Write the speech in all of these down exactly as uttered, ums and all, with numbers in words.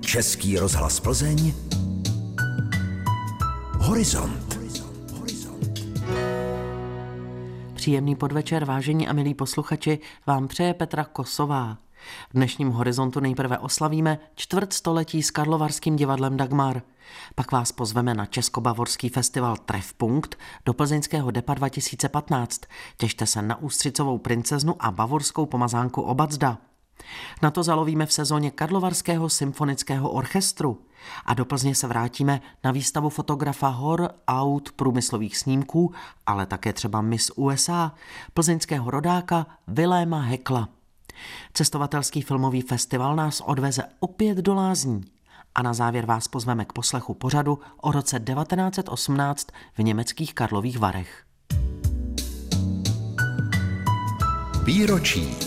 Český rozhlas Plzeň. Horizont. Příjemný podvečer, vážení a milí posluchači, vám přeje Petra Kosová. V dnešním Horizontu nejprve oslavíme čtvrtstoletí s Karlovarským divadlem Dagmar. Pak vás pozveme na Českobavorský festival Treffpunkt do plzeňského Depa dva tisíce patnáct. Těšte se na ústřicovou princeznu a bavorskou pomazánku Obacda. Na to zalovíme v sezóně Karlovarského symfonického orchestru. A do Plzně se vrátíme na výstavu fotografa hor, aut, průmyslových snímků, ale také třeba Miss U S A, plzeňského rodáka Viléma Hekla. Cestovatelský filmový festival nás odveze opět do lázní. A na závěr vás pozveme k poslechu pořadu o roce devatenáct set osmnáct v německých Karlových Varech. Výročí.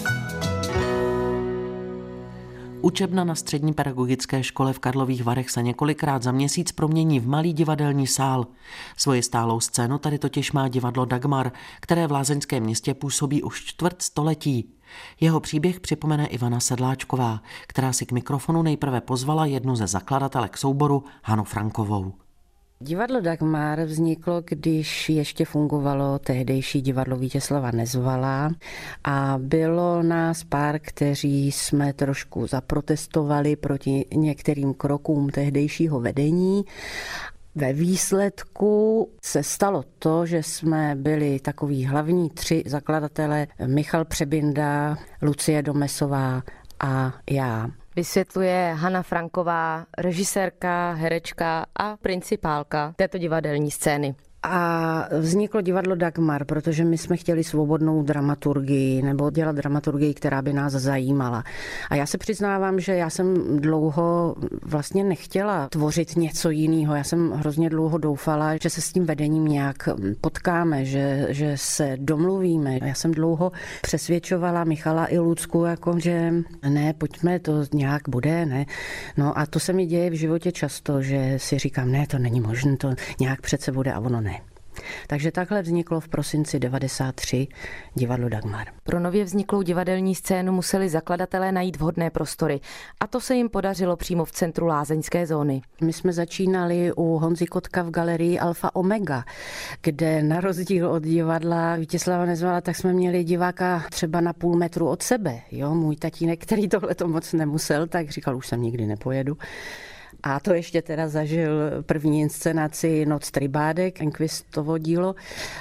Učebna na střední pedagogické škole v Karlových Varech se několikrát za měsíc promění v malý divadelní sál. Svoji stálou scénu tady totiž má divadlo Dagmar, které v lázeňském městě působí už čtvrt století. Jeho příběh připomene Ivana Sedláčková, která si k mikrofonu nejprve pozvala jednu ze zakladatelek souboru, Hanu Frankovou. Divadlo Dagmar vzniklo, když ještě fungovalo tehdejší divadlo Vítězslava Nezvala a bylo nás pár, kteří jsme trošku zaprotestovali proti některým krokům tehdejšího vedení. Ve výsledku se stalo to, že jsme byli takoví hlavní tři zakladatelé: Michal Přebinda, Lucie Domesová a já. Vysvětluje Hana Franková, režisérka, herečka a principálka této divadelní scény. A vzniklo divadlo Dagmar, protože my jsme chtěli svobodnou dramaturgii nebo dělat dramaturgii, která by nás zajímala. A já se přiznávám, že já jsem dlouho vlastně nechtěla tvořit něco jiného. Já jsem hrozně dlouho doufala, že se s tím vedením nějak potkáme, že, že se domluvíme. Já jsem dlouho přesvědčovala Michala i Lucku, jako, že ne, pojďme, to nějak bude, ne. No a to se mi děje v životě často, že si říkám, ne, to není možné, to nějak přece bude a ono ne. Takže takhle vzniklo v prosinci devadesát tři divadlo Dagmar. Pro nově vzniklou divadelní scénu museli zakladatelé najít vhodné prostory a to se jim podařilo přímo v centru lázeňské zóny. My jsme začínali u Honzy Kotka v galerii Alfa Omega, kde na rozdíl od divadla Vítězslava Nezvala, tak jsme měli diváka třeba na půl metru od sebe. Jo, můj tatínek, který tohle to moc nemusel, tak říkal, už sem nikdy nepojedu. A to ještě teda zažil první inscenaci Noc tribádek, Enquistovo dílo,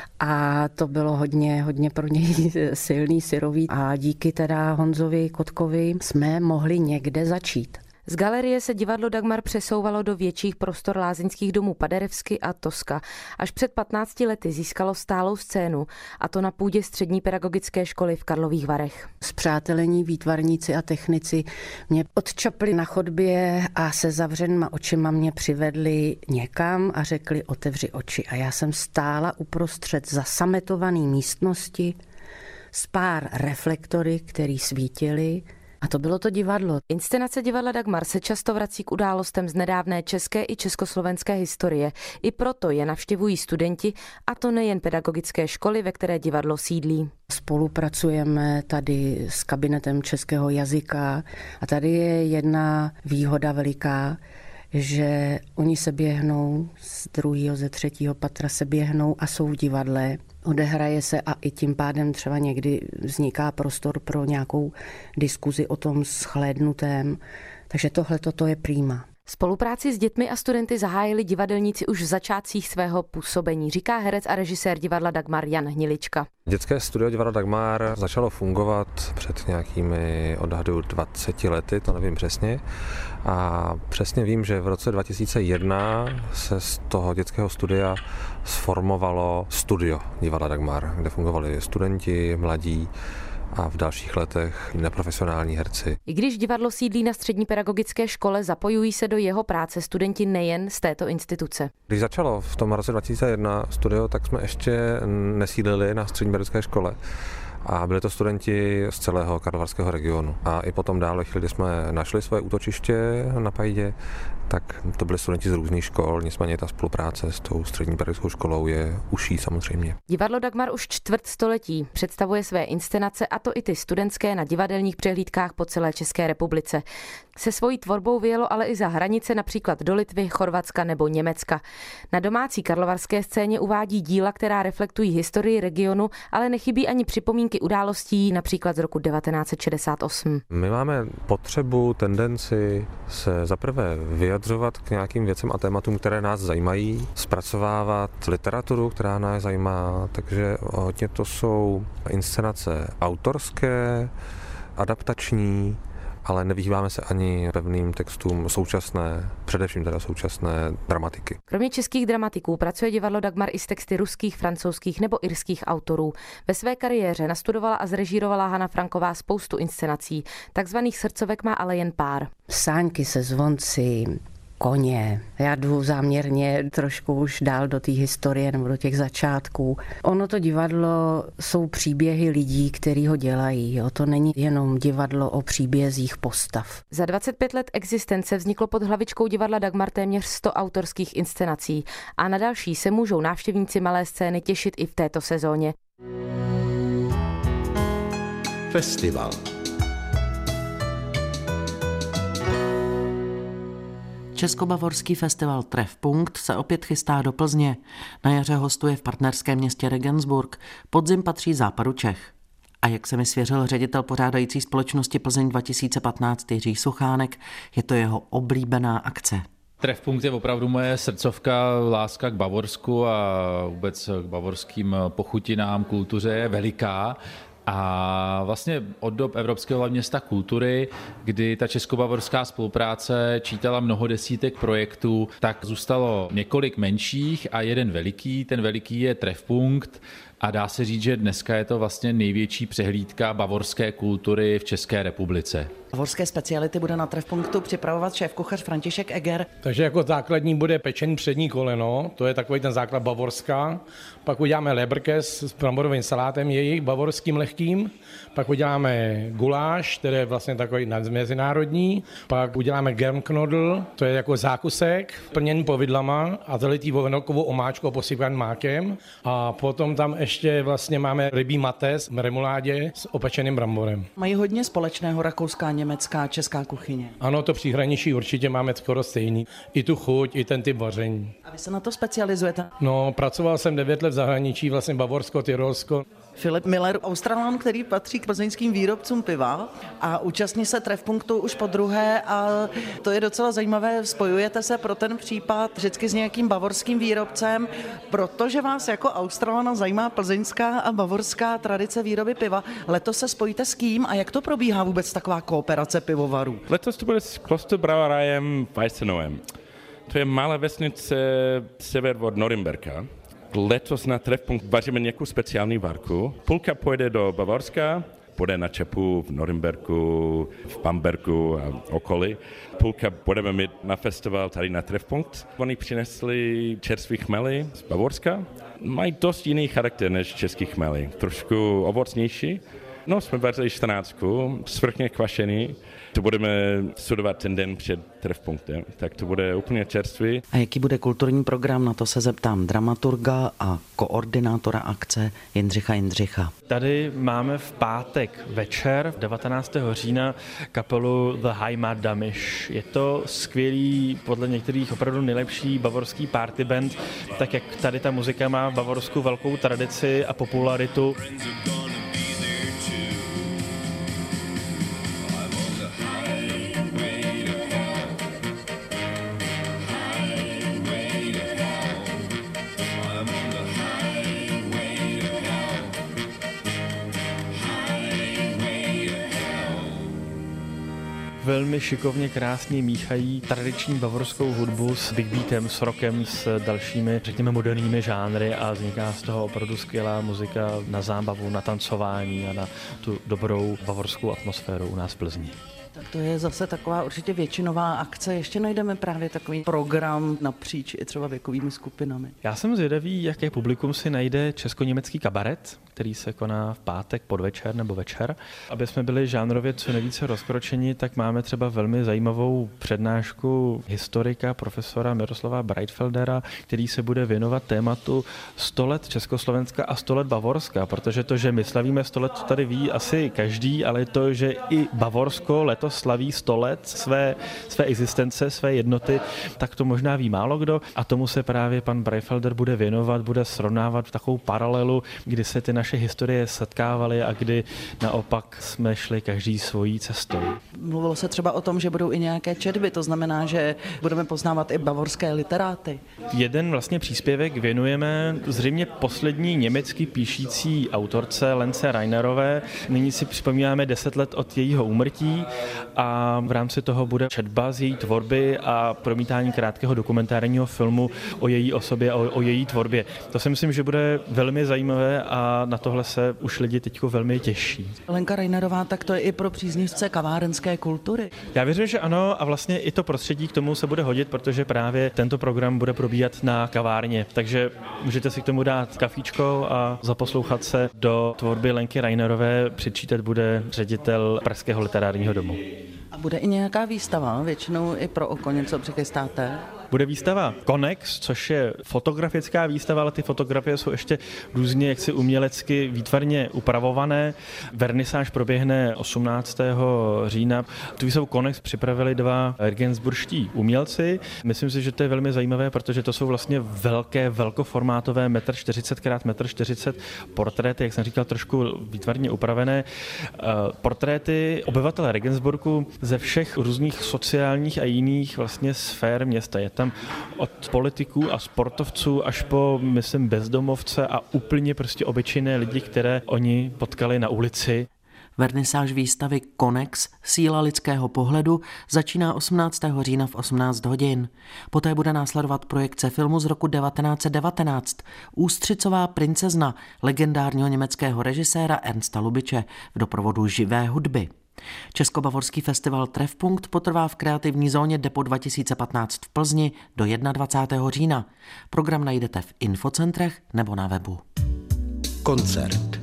a to bylo hodně, hodně pro něj silný, syrový a díky teda Honzovi Kotkovi jsme mohli někde začít. Z galerie se divadlo Dagmar přesouvalo do větších prostor lázeňských domů Paderewsky a Toska. Až před patnácti lety získalo stálou scénu, a to na půdě střední pedagogické školy v Karlových Varech. Spřátelení výtvarníci a technici mě odčapli na chodbě a se zavřenýma očima mě přivedli někam a řekli, otevři oči. A já jsem stála uprostřed zasametované místnosti s pár reflektory, které svítily. A to bylo to divadlo. Inscenace divadla Dagmar se často vrací k událostem z nedávné české i československé historie. I proto je navštěvují studenti, a to nejen pedagogické školy, ve které divadlo sídlí. Spolupracujeme tady s kabinetem českého jazyka a tady je jedna výhoda veliká, že oni se běhnou z druhého, ze třetího patra se běhnou a jsou v divadle. Odehraje se a i tím pádem třeba někdy vzniká prostor pro nějakou diskuzi o tom shlédnutém. Takže tohle toto je prima. Spolupráci s dětmi a studenty zahájili divadelníci už v začátcích svého působení, říká herec a režisér divadla Dagmar Jan Hnilička. Dětské studio divadla Dagmar začalo fungovat před nějakými odhadu dvaceti lety, to nevím přesně. A přesně vím, že v roce dva tisíce jedna se z toho dětského studia sformovalo studio divadla Dagmar, kde fungovali studenti, mladí a v dalších letech neprofesionální herci. I když divadlo sídlí na střední pedagogické škole, zapojují se do jeho práce studenti nejen z této instituce. Když začalo v tom roce dva tisíce jedna studio, tak jsme ještě nesídlili na střední pedagogické škole. A byli to studenti z celého karlovarského regionu. A i potom dále, chvíli, kdy jsme našli svoje útočiště na Pajdě, tak to byli studenti z různých škol, nicméně ta spolupráce s tou střední pedagogickou školou je užší samozřejmě. Divadlo Dagmar už čtvrt století představuje své inscenace, a to i ty studentské, na divadelních přehlídkách po celé České republice. Se svojí tvorbou vyjelo ale i za hranice, například do Litvy, Chorvatska nebo Německa. Na domácí karlovarské scéně uvádí díla, která reflektují historii regionu, ale nechybí ani připomínky událostí, například z roku devatenáct set šedesát osm. My máme potřebu, tendenci se zaprvé vyjadřovat k nějakým věcem a tématům, které nás zajímají, zpracovávat literaturu, která nás zajímá, takže hodně to jsou inscenace autorské, adaptační, ale nevyhýbáme se ani pevným textům současné, především teda současné dramatiky. Kromě českých dramatiků pracuje divadlo Dagmar i s texty ruských, francouzských nebo irských autorů. Ve své kariéře nastudovala a zrežírovala Hana Franková spoustu inscenací. Takzvaných srdcovek má ale jen pár. Sáňky se zvonci, koně. Já jdu záměrně trošku už dál do té historie nebo do těch začátků. Ono to divadlo jsou příběhy lidí, kteří ho dělají. Jo? To není jenom divadlo o příbězích postav. Za dvacet pět let existence vzniklo pod hlavičkou divadla Dagmar téměř sto autorských inscenací a na další se můžou návštěvníci Malé scény těšit i v této sezóně. Festival. Českobavorský festival Treffpunkt se opět chystá do Plzně. Na jaře hostuje v partnerském městě Regensburg. Podzim patří západu Čech. A jak se mi svěřil ředitel pořádající společnosti Plzeň dva tisíce patnáct Jiří Suchánek, je to jeho oblíbená akce. Treffpunkt je opravdu moje srdcovka, láska k Bavorsku a vůbec k bavorským pochutinám, kultuře je veliká. A vlastně od dob Evropského hlavního města kultury, kdy ta česko-bavorská spolupráce čítala mnoho desítek projektů, tak zůstalo několik menších a jeden veliký. Ten veliký je Treffpunkt a dá se říct, že dneska je to vlastně největší přehlídka bavorské kultury v České republice. Bavorské speciality bude na Treffpunktu připravovat šéfkuchař František Eger. Takže jako základní bude pečený přední koleno, to je takový ten základ bavorská. Pak uděláme leberkäs s bramborovým salátem jejich bavorským lehkým. Pak uděláme guláš, který je vlastně takový mezinárodní. Pak uděláme germknodl, to je jako zákusek, plněný povidlama a zalitý vovenkovou omáčkou posypaný mákem. A potom tam ještě vlastně máme rybí mates v remuládě s opečeným bramborem. Mají hodně společného rakouská, německá, česká kuchyně. Ano, to příhraničí určitě máme skoro stejný. I tu chuť, i ten typ vaření. A vy se na to specializujete? No, pracoval jsem devět let v zahraničí, vlastně Bavorsko, Tyrolsko. Filip Miller, Australan, který patří k plzeňským výrobcům piva a účastní se Treffpunktu už po druhé a to je docela zajímavé. Spojujete se pro ten případ vždycky s nějakým bavorským výrobcem, protože vás jako Australana zajímá plzeňská a bavorská tradice výroby piva. Letos se spojíte s kým a jak to probíhá vůbec taková kooperace pivovarů? Letos to bude s Klosterbrauereiem Weissenoem. To je malá vesnice sever od Norimberka. Letos na Treffpunkt vaříme nějakou speciální varku. Půlka pojede do Bavorska, půjde na Čepu, v Norimberku, v Bamberku a okolí. Půlka budeme mít na festival tady na Treffpunkt. Oni přinesli čerstvý chmely z Bavorska. Mají dost jiný charakter než český chmely. Trošku ovocnější. No, jsme vařili čtrnáctku, svrchně kvašený. To budeme studovat ten den před Treffpunktem, tak to bude úplně čerstvý. A jaký bude kulturní program, na to se zeptám dramaturga a koordinátora akce Jindřicha Jindřicha. Tady máme v pátek večer, devatenáctého října, kapelu The Heimat Damish. Je to skvělý, podle některých opravdu nejlepší bavorský party band, tak jak tady ta muzika má v Bavorsku velkou tradici a popularitu. Velmi šikovně, krásně míchají tradiční bavorskou hudbu s big beatem, s rockem, s dalšími, řekněme, moderními žánry a vzniká z toho opravdu skvělá muzika na zábavu, na tancování a na tu dobrou bavorskou atmosféru u nás v Plzni. Tak to je zase taková určitě většinová akce. Ještě najdeme právě takový program napříč i třeba věkovými skupinami. Já jsem zvědavý, jaké publikum si najde česko-německý kabaret, který se koná v pátek podvečer nebo večer. Aby jsme byli žánrově co nejvíce rozkročeni, tak máme třeba velmi zajímavou přednášku historika profesora Miroslava Breitfeldera, který se bude věnovat tématu sto let Československa a sto let Bavorska, protože to, že my slavíme sto let, to tady ví asi každý, ale to, že i Bavorsko letos letos slaví sto let své, své existence, své jednoty, tak to možná ví málo kdo a tomu se právě pan Breyfelder bude věnovat, bude srovnávat v takovou paralelu, kdy se ty naše historie setkávaly a kdy naopak jsme šli každý svojí cestou. Mluvilo se třeba o tom, že budou i nějaké četby, to znamená, že budeme poznávat i bavorské literáty. Jeden vlastně příspěvek věnujeme zřejmě poslední německy píšící autorce Lence Rainerové. Nyní si připomínáme deset let od jejího úmrtí a v rámci toho bude četba z její tvorby a promítání krátkého dokumentárního filmu o její osobě a o, o její tvorbě. To si myslím, že bude velmi zajímavé a na tohle se už lidi teď velmi těší. Lenka Rainerová, tak to je i pro příznivce kavárenské kultury. Já věřím, že ano a vlastně i to prostředí k tomu se bude hodit, protože právě tento program bude probíhat na kavárně, takže můžete si k tomu dát kafíčko a zaposlouchat se do tvorby Lenky Rainerové. Předčítat bude ředitel Pražského literárního domu. A bude i nějaká výstava, většinou i pro oko něco přichystáte? Bude výstava Konex, což je fotografická výstava, ale ty fotografie jsou ještě různě jaksi umělecky výtvarně upravované. Vernisáž proběhne osmnáctého října. Tu výstavu Konex připravili dva regensburští umělci. Myslím si, že to je velmi zajímavé, protože to jsou vlastně velké, velkoformátové metr čtyřicet krát metr čtyřicet portréty, jak jsem říkal, trošku výtvarně upravené. Portréty obyvatel Regensburgu ze všech různých sociálních a jiných vlastně sfér města. Je tam od politiků a sportovců až po, myslím, bezdomovce a úplně prostě obyčejné lidi, které oni potkali na ulici. Vernisáž výstavy Konex, síla lidského pohledu, začíná osmnáctého října v osmnáct hodin. Poté bude následovat projekce filmu z roku devatenáct set devatenáct Ústřicová princezna legendárního německého režiséra Ernsta Lubitše v doprovodu živé hudby. Českobavorský festival Treffpunkt potrvá v kreativní zóně Depo dva tisíce patnáct v Plzni do dvacátého prvního října. Program najdete v infocentrech nebo na webu. Koncert.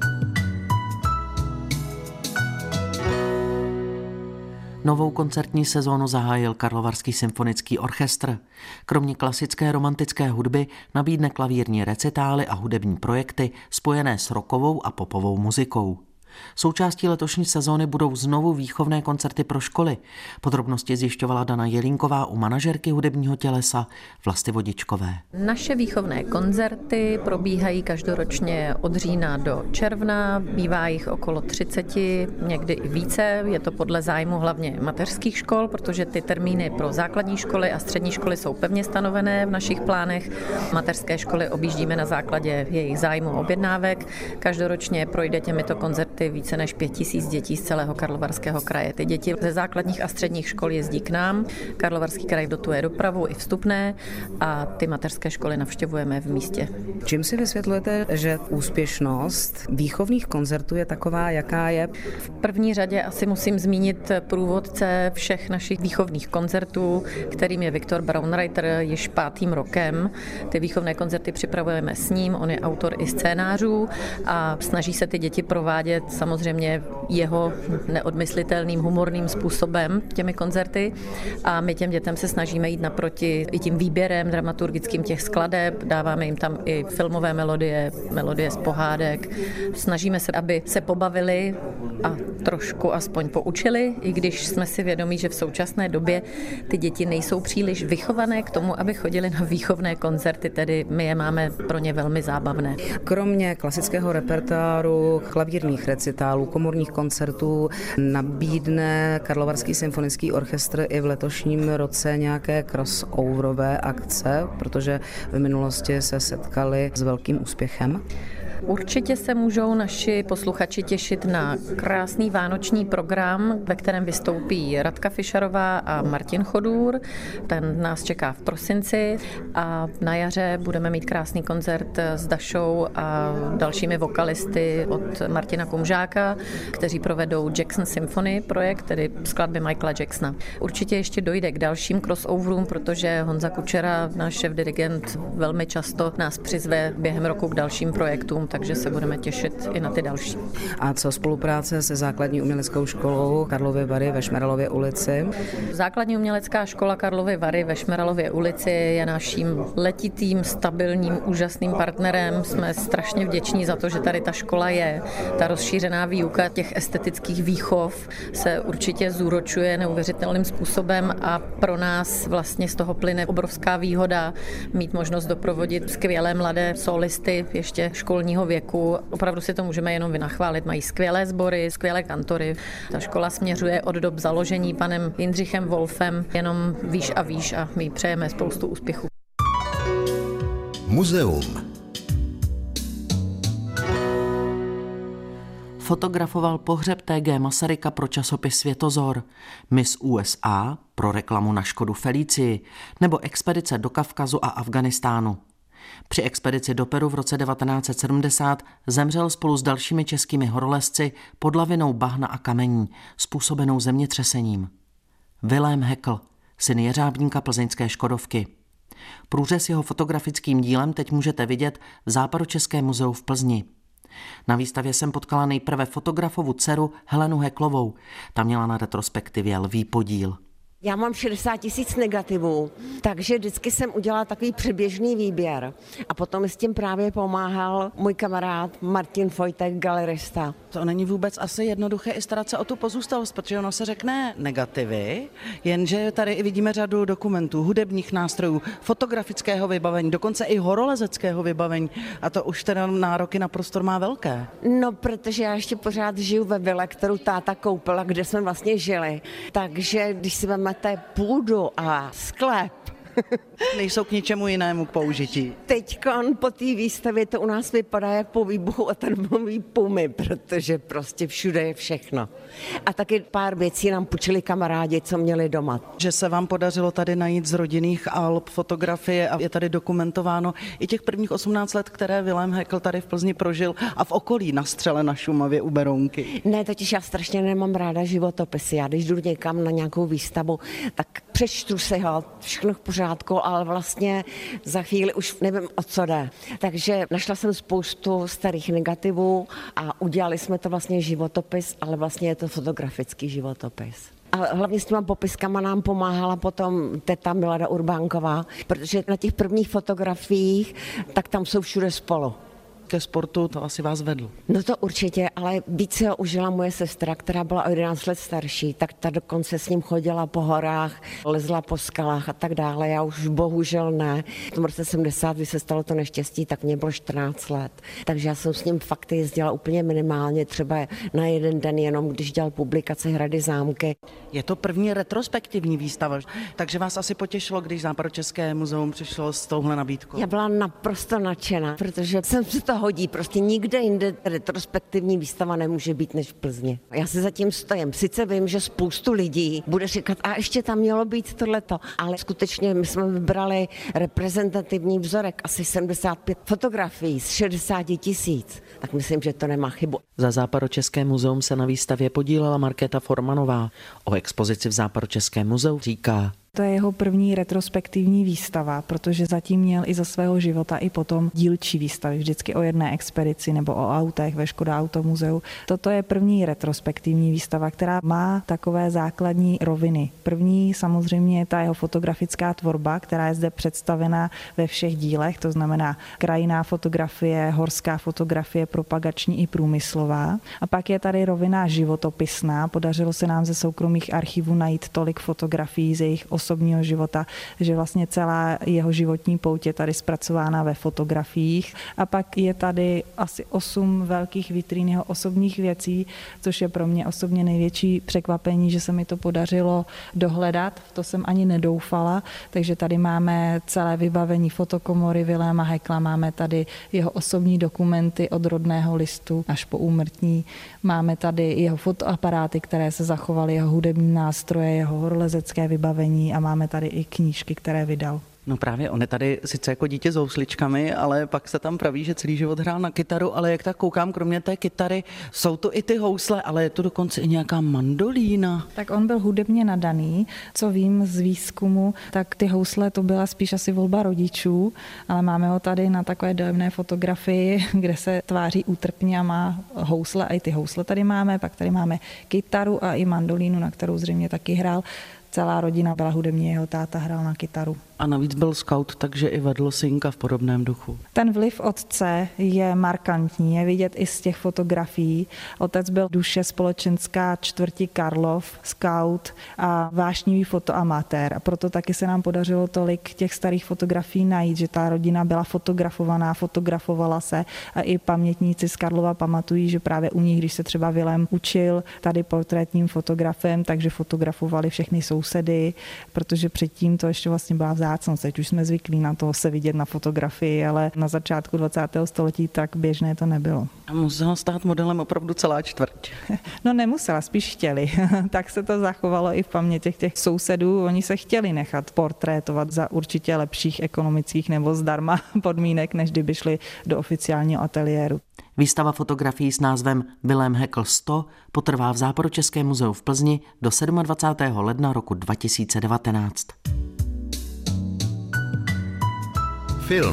Novou koncertní sezónu zahájil Karlovarský symfonický orchestr. Kromě klasické romantické hudby nabídne klavírní recitály a hudební projekty spojené s rockovou a popovou muzikou. Součástí letošní sezóny budou znovu výchovné koncerty pro školy. Podrobnosti zjišťovala Dana Jelínková u manažerky hudebního tělesa Vlasty Vodičkové. Naše výchovné koncerty probíhají každoročně od října do června, bývá jich okolo třicet, někdy i více. Je to podle zájmu hlavně mateřských škol, protože ty termíny pro základní školy a střední školy jsou pevně stanovené v našich plánech. Mateřské školy objíždíme na základě jejich zájmu objednávek. Každoročně projde těmito koncerty více než pět tisíc dětí z celého Karlovarského kraje. Ty děti ze základních a středních škol jezdí k nám. Karlovarský kraj dotuje dopravu i vstupné a ty mateřské školy navštěvujeme v místě. Čím si vysvětlujete, že úspěšnost výchovných koncertů je taková, jaká je? V první řadě asi musím zmínit průvodce všech našich výchovných koncertů, kterým je Viktor Braunreiter již pátým rokem. Ty výchovné koncerty připravujeme s ním, on je autor i scénářů a snaží se ty děti provádět samozřejmě jeho neodmyslitelným humorným způsobem těmi koncerty a my těm dětem se snažíme jít naproti i tím výběrem dramaturgickým těch skladeb, dáváme jim tam i filmové melodie, melodie z pohádek. Snažíme se, aby se pobavili a trošku aspoň poučili, i když jsme si vědomí, že v současné době ty děti nejsou příliš vychované k tomu, aby chodili na výchovné koncerty, tedy my je máme pro ně velmi zábavné. Kromě klasického repertoáru, klavírních recitálů, komorních koncertů nabídne Karlovarský symfonický orchestr i v letošním roce nějaké crossoverové akce, protože v minulosti se setkali s velkým úspěchem. Určitě se můžou naši posluchači těšit na krásný vánoční program, ve kterém vystoupí Radka Fischerová a Martin Chodůr. Ten nás čeká v prosinci a na jaře budeme mít krásný koncert s Dašou a dalšími vokalisty od Martina Kumžáka, kteří provedou Jackson Symphony projekt, tedy skladby Michaela Jacksona. Určitě ještě dojde k dalším crossoverům, protože Honza Kučera, náš šéf dirigent, velmi často nás přizve během roku k dalším projektům. takže se budeme těšit i na ty další. A co spolupráce se základní uměleckou školou Karlovy Vary ve Šmeralově ulici? Základní umělecká škola Karlovy Vary ve Šmeralově ulici je naším letitým, stabilním, úžasným partnerem. Jsme strašně vděční za to, že tady ta škola je. Ta rozšířená výuka těch estetických výchov se určitě zúročuje neuvěřitelným způsobem a pro nás vlastně z toho plyne obrovská výhoda mít možnost doprovodit skvělé mladé solisty ještě školního věku. Opravdu si to můžeme jenom vynachválit. Mají skvělé sbory, skvělé kantory. Ta škola směřuje od dob založení panem Jindřichem Wolfem jenom výš a výš a my přejeme spoustu úspěchů. Muzeum. Fotografoval pohřeb T G Masaryka pro časopis Světozor, Miss U S A pro reklamu na Škodu Felicii nebo expedice do Kavkazu a Afganistánu. Při expedici do Peru v roce devatenáct set sedmdesát zemřel spolu s dalšími českými horolezci pod lavinou bahna a kamení, způsobenou zemětřesením. Vilém Hekl, syn jeřábníka plzeňské Škodovky. Průřez jeho fotografickým dílem teď můžete vidět v Západočeském muzeu v Plzni. Na výstavě jsem potkala nejprve fotografovu dceru Helenu Heklovou. Ta měla na retrospektivě lví podíl. Já mám šedesát tisíc negativů, takže vždycky jsem udělala takový předběžný výběr. A potom s tím právě pomáhal můj kamarád Martin Fojtek, galerista. To není vůbec asi jednoduché i starat se o tu pozůstalost, protože ono se řekne negativy, jenže tady i vidíme řadu dokumentů, hudebních nástrojů, fotografického vybavení, dokonce i horolezeckého vybavení. A to už teda nároky na prostor má velké. No, protože já ještě pořád žiju ve vile, kterou táta koupila, kde jsme vlastně žili. Takže když si vezmete půdu a sklep, nejsou k ničemu jinému k použití. Teďkon po té výstavě to u nás vypadá jak po výbuchu atomový pumy, protože prostě všude je všechno. A taky pár věcí nám půjčili kamarádi, co měli doma. Že se vám podařilo tady najít z rodinných alb fotografie a je tady dokumentováno i těch prvních osmnáct let, které Vilém Hekl tady v Plzni prožil a v okolí na Střele na Šumavě u Berounky. Ne, totiž já strašně nemám ráda životopisy. Já když jdu někam na nějakou výstavu, tak přečtu si ho, všechno v pořádku, ale vlastně za chvíli už nevím, o co jde. Takže našla jsem spoustu starých negativů a udělali jsme to vlastně životopis, ale vlastně je to fotografický životopis. A hlavně s těma popiskama nám pomáhala potom teta Milada Urbánková, protože na těch prvních fotografiích, tak tam jsou všude spolu. Ke sportu to asi vás vedl. No to určitě, ale víc si ho užila moje sestra, která byla o jedenáct let starší, tak ta dokonce s ním chodila po horách, lezla po skalách a tak dále. Já už bohužel ne. V tom roce sedmdesát, kdy se stalo to neštěstí, tak mě bylo čtrnáct let. Takže já jsem s ním fakt jezdila úplně minimálně, třeba na jeden den jenom, když dělal publikace Hrady zámky. Je to první retrospektivní výstava, takže vás asi potěšilo, když Západočeské muzeum přišlo s touhle nabídkou. Já byla naprosto nadšená, protože jsem si to hodí. Prostě nikde jinde retrospektivní výstava nemůže být než v Plzni. Já si zatím stojím. Sice vím, že spoustu lidí bude říkat, a ještě tam mělo být tohleto, ale skutečně my jsme vybrali reprezentativní vzorek, asi sedmdesát pět fotografií z šedesát tisíc, tak myslím, že to nemá chybu. Za Západočeské muzeum se na výstavě podílela Markéta Formanová. O expozici v Západočeském muzeu říká: To je jeho první retrospektivní výstava, protože zatím měl i za svého života i potom dílčí výstavy, vždycky o jedné expedici nebo o autech ve Škoda Automuzeu. Toto je první retrospektivní výstava, která má takové základní roviny. První samozřejmě je ta jeho fotografická tvorba, která je zde představena ve všech dílech, to znamená krajinná fotografie, horská fotografie, propagační i průmyslová. A pak je tady rovina životopisná. Podařilo se nám ze soukromých archivů najít tolik fotografií z jejich osobního života, že vlastně celá jeho životní pouť je tady zpracována ve fotografiích. A pak je tady asi osm velkých vitrín jeho osobních věcí, což je pro mě osobně největší překvapení, že se mi to podařilo dohledat. To jsem ani nedoufala. Takže tady máme celé vybavení fotokomory Viléma Hekla, máme tady jeho osobní dokumenty od rodného listu až po úmrtní. Máme tady jeho fotoaparáty, které se zachovaly, jeho hudební nástroje, jeho horolezecké vybavení a máme tady i knížky, které vydal. No právě, on je tady sice jako dítě s housličkami, ale pak se tam praví, že celý život hrál na kytaru, ale jak tak koukám, kromě té kytary, jsou to i ty housle, ale je to dokonce i nějaká mandolína. Tak on byl hudebně nadaný, co vím z výzkumu, tak ty housle to byla spíš asi volba rodičů, ale máme ho tady na takové dojemné fotografii, kde se tváří útrpně a má housle, a i ty housle tady máme, pak tady máme kytaru a i mandolínu, na kterou zřejmě taky hrál. Celá rodina byla hudební, jeho táta hrál na kytaru. A navíc byl scout, takže i vedl synka v podobném duchu. Ten vliv otce je markantní, je vidět i z těch fotografií. Otec byl duše společenská čtvrti Karlov, scout a vášnivý fotoamatér. A proto taky se nám podařilo tolik těch starých fotografií najít, že ta rodina byla fotografovaná, fotografovala se a i pamětníci z Karlova pamatují, že právě u nich, když se třeba Vilém učil tady portrétním fotografem, takže fotografovali všechny sousedy, protože předtím to ještě vlastně byla vzácnost. Teď už jsme zvyklí na to se vidět na fotografii, ale na začátku dvacátého století tak běžné to nebylo. A musela stát modelem opravdu celá čtvrť. No nemusela, spíš chtěli. Tak se to zachovalo i v paměti těch sousedů. Oni se chtěli nechat portrétovat za určitě lepších ekonomických nebo zdarma podmínek, než kdyby šli do oficiálního ateliéru. Výstava fotografií s názvem Vilém Hekl sto potrvá v Západočeském muzeu v Plzni do dvacátého sedmého ledna roku dva tisíce devatenáct. Film.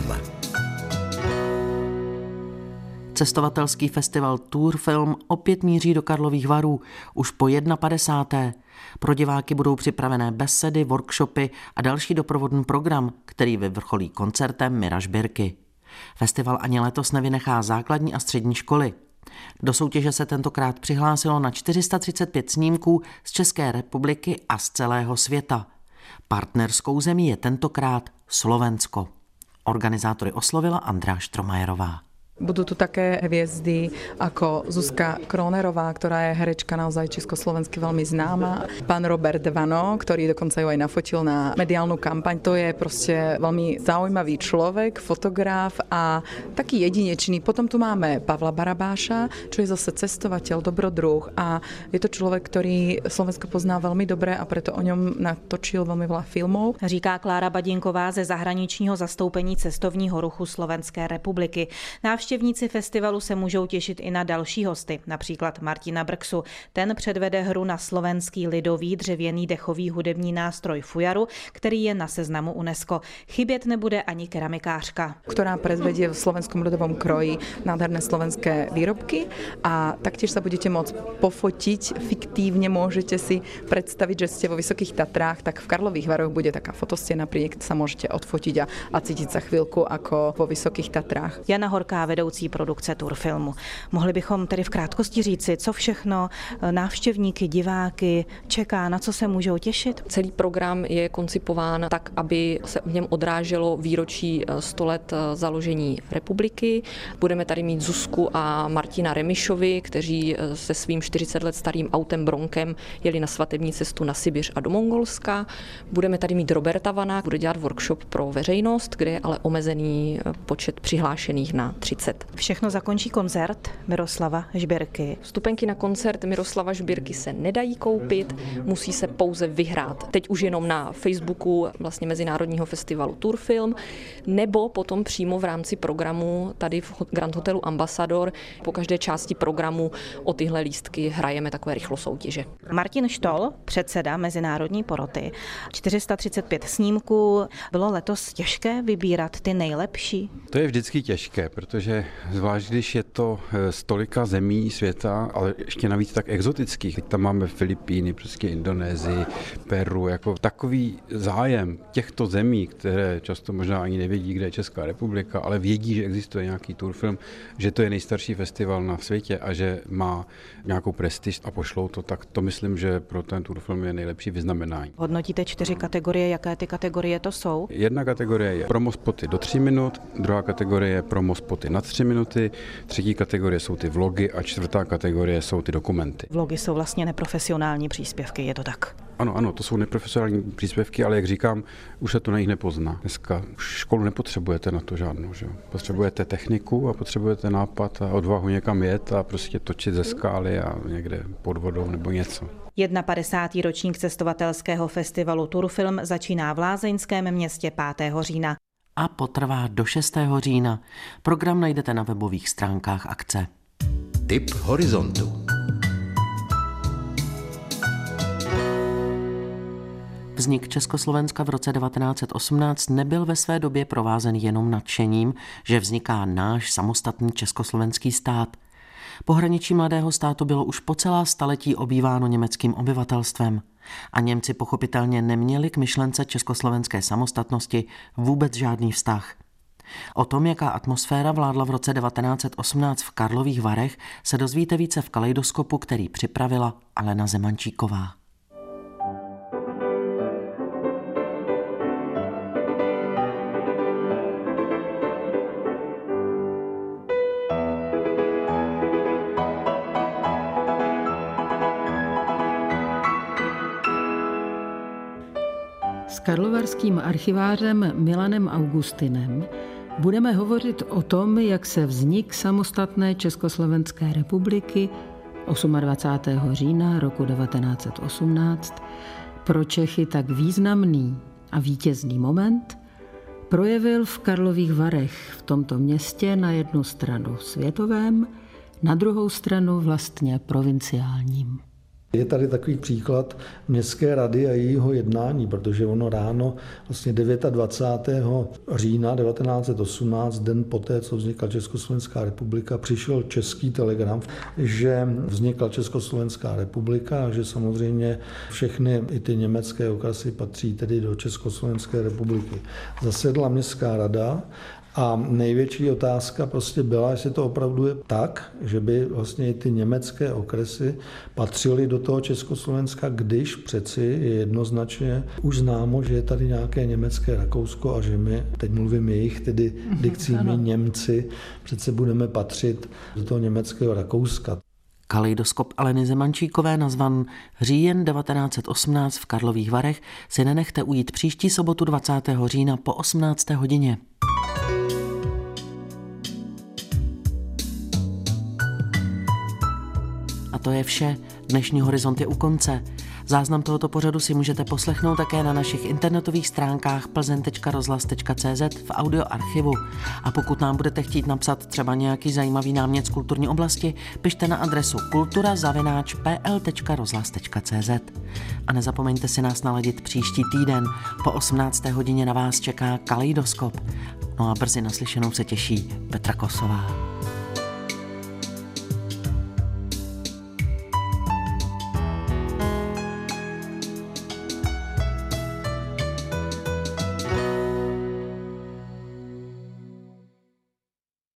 Cestovatelský festival Tour Film opět míří do Karlových Varů už po padesáté jedné Pro diváky budou připravené besedy, workshopy a další doprovodný program, který vyvrcholí koncertem Mira Žbirky. Festival ani letos nevynechá základní a střední školy. Do soutěže se tentokrát přihlásilo na čtyři sta třicet pět snímků z České republiky a z celého světa. Partnerskou zemí je tentokrát Slovensko. Organizátory oslovila Andrea Štromajerová. Budú tu také hviezdy ako Zuzka Kronerová, ktorá je herečka naozaj československy veľmi známa. Pán Robert Vano, ktorý dokonca ju aj nafotil na mediálnu kampaň. To je proste veľmi zaujímavý človek, fotograf a taký jedinečný. Potom tu máme Pavla Barabáša, čo je zase cestovateľ, dobrodruh a je to človek, ktorý Slovensko pozná veľmi dobre a preto o ňom natočil veľmi veľa filmov. Říká Klára Badinková ze zahraničního zastoupení cestovního ruchu Slovenské republiky. Návštěvníci festivalu se můžou těšit i na další hosty, například Martina Brksu. Ten předvede hru na slovenský lidový dřevěný dechový hudební nástroj fujaru, který je na seznamu UNESCO. Chybět nebude ani keramikářka, ktorá predvedie v slovenskom ľudovom kroji nádherné slovenské výrobky a taktiež sa budete môcť pofotiť. Fiktívne môžete si predstaviť, že ste vo Vysokých Tatrách, tak v Karlových Varoch bude taká fotostěna, pri nej sa môžete odfotiť a, a cítiť sa chvíľku ako vo Vysokých Tatrách. Jana Horká, vedoucí produkce Turfilmu. Mohli bychom tedy v krátkosti říci, co všechno návštěvníky, diváky čeká, na co se můžou těšit? Celý program je koncipován tak, aby se v něm odráželo výročí sto let založení republiky. Budeme tady mít Zuzku a Martina Remišovi, kteří se svým čtyřicet let starým autem Bronkem jeli na svatební cestu na Sibiř a do Mongolska. Budeme tady mít Roberta Vana, bude dělat workshop pro veřejnost, kde je ale omezený počet přihlášených na třicet. Všechno zakončí koncert Miroslava Žbirky. Vstupenky na koncert Miroslava Žbirky se nedají koupit, musí se pouze vyhrát. Teď už jenom na Facebooku vlastně Mezinárodního festivalu Turfilm, nebo potom přímo v rámci programu tady v Grand Hotelu Ambassador. Po každé části programu o tyhle lístky hrajeme takové rychlosoutěže. Martin Štol, předseda Mezinárodní poroty. čtyři sta třicet pět snímků. Bylo letos těžké vybírat ty nejlepší? To je vždycky těžké, protože zvlášť když je to z tolika zemí světa, ale ještě navíc tak exotických. Teď tam máme Filipíny, prostě Indonésii, Peru, jako takový zájem těchto zemí, které často možná ani nevědí, kde je Česká republika, ale vědí, že existuje nějaký Turfilm, že to je nejstarší festival na světě a že má nějakou prestiž a pošlou to, tak to myslím, že pro ten Turfilm je nejlepší vyznamenání. Hodnotíte čtyři kategorie, jaké ty kategorie to jsou? Jedna kategorie je promospoty do tří minut, druhá kategorie je promospoty na tři minuty, třetí kategorie jsou ty vlogy a čtvrtá kategorie jsou ty dokumenty. Vlogy jsou vlastně neprofesionální příspěvky, je to tak? Ano, ano, to jsou neprofesionální příspěvky, ale jak říkám, už se to na nich nepozná. Dneska už školu nepotřebujete na to žádnou, že? Potřebujete techniku a potřebujete nápad a odvahu někam jet a prostě točit ze skály a někde pod vodou nebo něco. padesátý první ročník cestovatelského festivalu Turfilm začíná v lázeňském městě pátého října. A potrvá do šestého října. Program najdete na webových stránkách akce. Tip horizontu. Vznik Československa v roce devatenáct set osmnáct nebyl ve své době provázen jenom nadšením, že vzniká náš samostatný československý stát. Pohraničí mladého státu bylo už po celá staletí obýváno německým obyvatelstvem a Němci pochopitelně neměli k myšlence československé samostatnosti vůbec žádný vztah. O tom, jaká atmosféra vládla v roce devatenáct set osmnáct v Karlových Varech, se dozvíte více v Kaleidoskopu, který připravila Alena Zemančíková. S karlovarským archivářem Milanem Augustinem budeme hovořit o tom, jak se vznik samostatné Československé republiky dvacátého osmého října roku devatenáct set osmnáct pro Čechy tak významný a vítězný moment projevil v Karlových Varech, v tomto městě na jednu stranu světovém, na druhou stranu vlastně provinciálním. Je tady takový příklad Městské rady a jejího jednání, protože ono ráno, vlastně dvacátého devátého října devatenáct set osmnáct, den poté, co vznikla Československá republika, přišel český telegram, že vznikla Československá republika a že samozřejmě všechny i ty německé okresy patří tedy do Československé republiky. Zasedla Městská rada a největší otázka prostě byla, jestli to opravdu je tak, že by vlastně i ty německé okresy patřily do toho Československa, když přeci je jednoznačně už známo, že je tady nějaké německé Rakousko a že my, teď mluvím jejich, tedy dikcí my Němci, přece budeme patřit do toho německého Rakouska. Kaleidoskop Aleny Zemančíkové nazvan Říjen devatenáct set osmnáct v Karlových Varech si nenechte ujít příští sobotu dvacátého října po osmnácté hodině. A to je vše. Dnešní Horizont je u konce. Záznam tohoto pořadu si můžete poslechnout také na našich internetových stránkách plzeň tečka rozhlas tečka cé zet v audioarchivu. A pokud nám budete chtít napsat třeba nějaký zajímavý námět z kulturní oblasti, pište na adresu kultura zavináč p l tečka rozhlas tečka cé zet. A nezapomeňte si nás naladit příští týden. Po osmnácté hodině na vás čeká Kaleidoskop. No a brzy naslyšenou se těší Petra Kosová.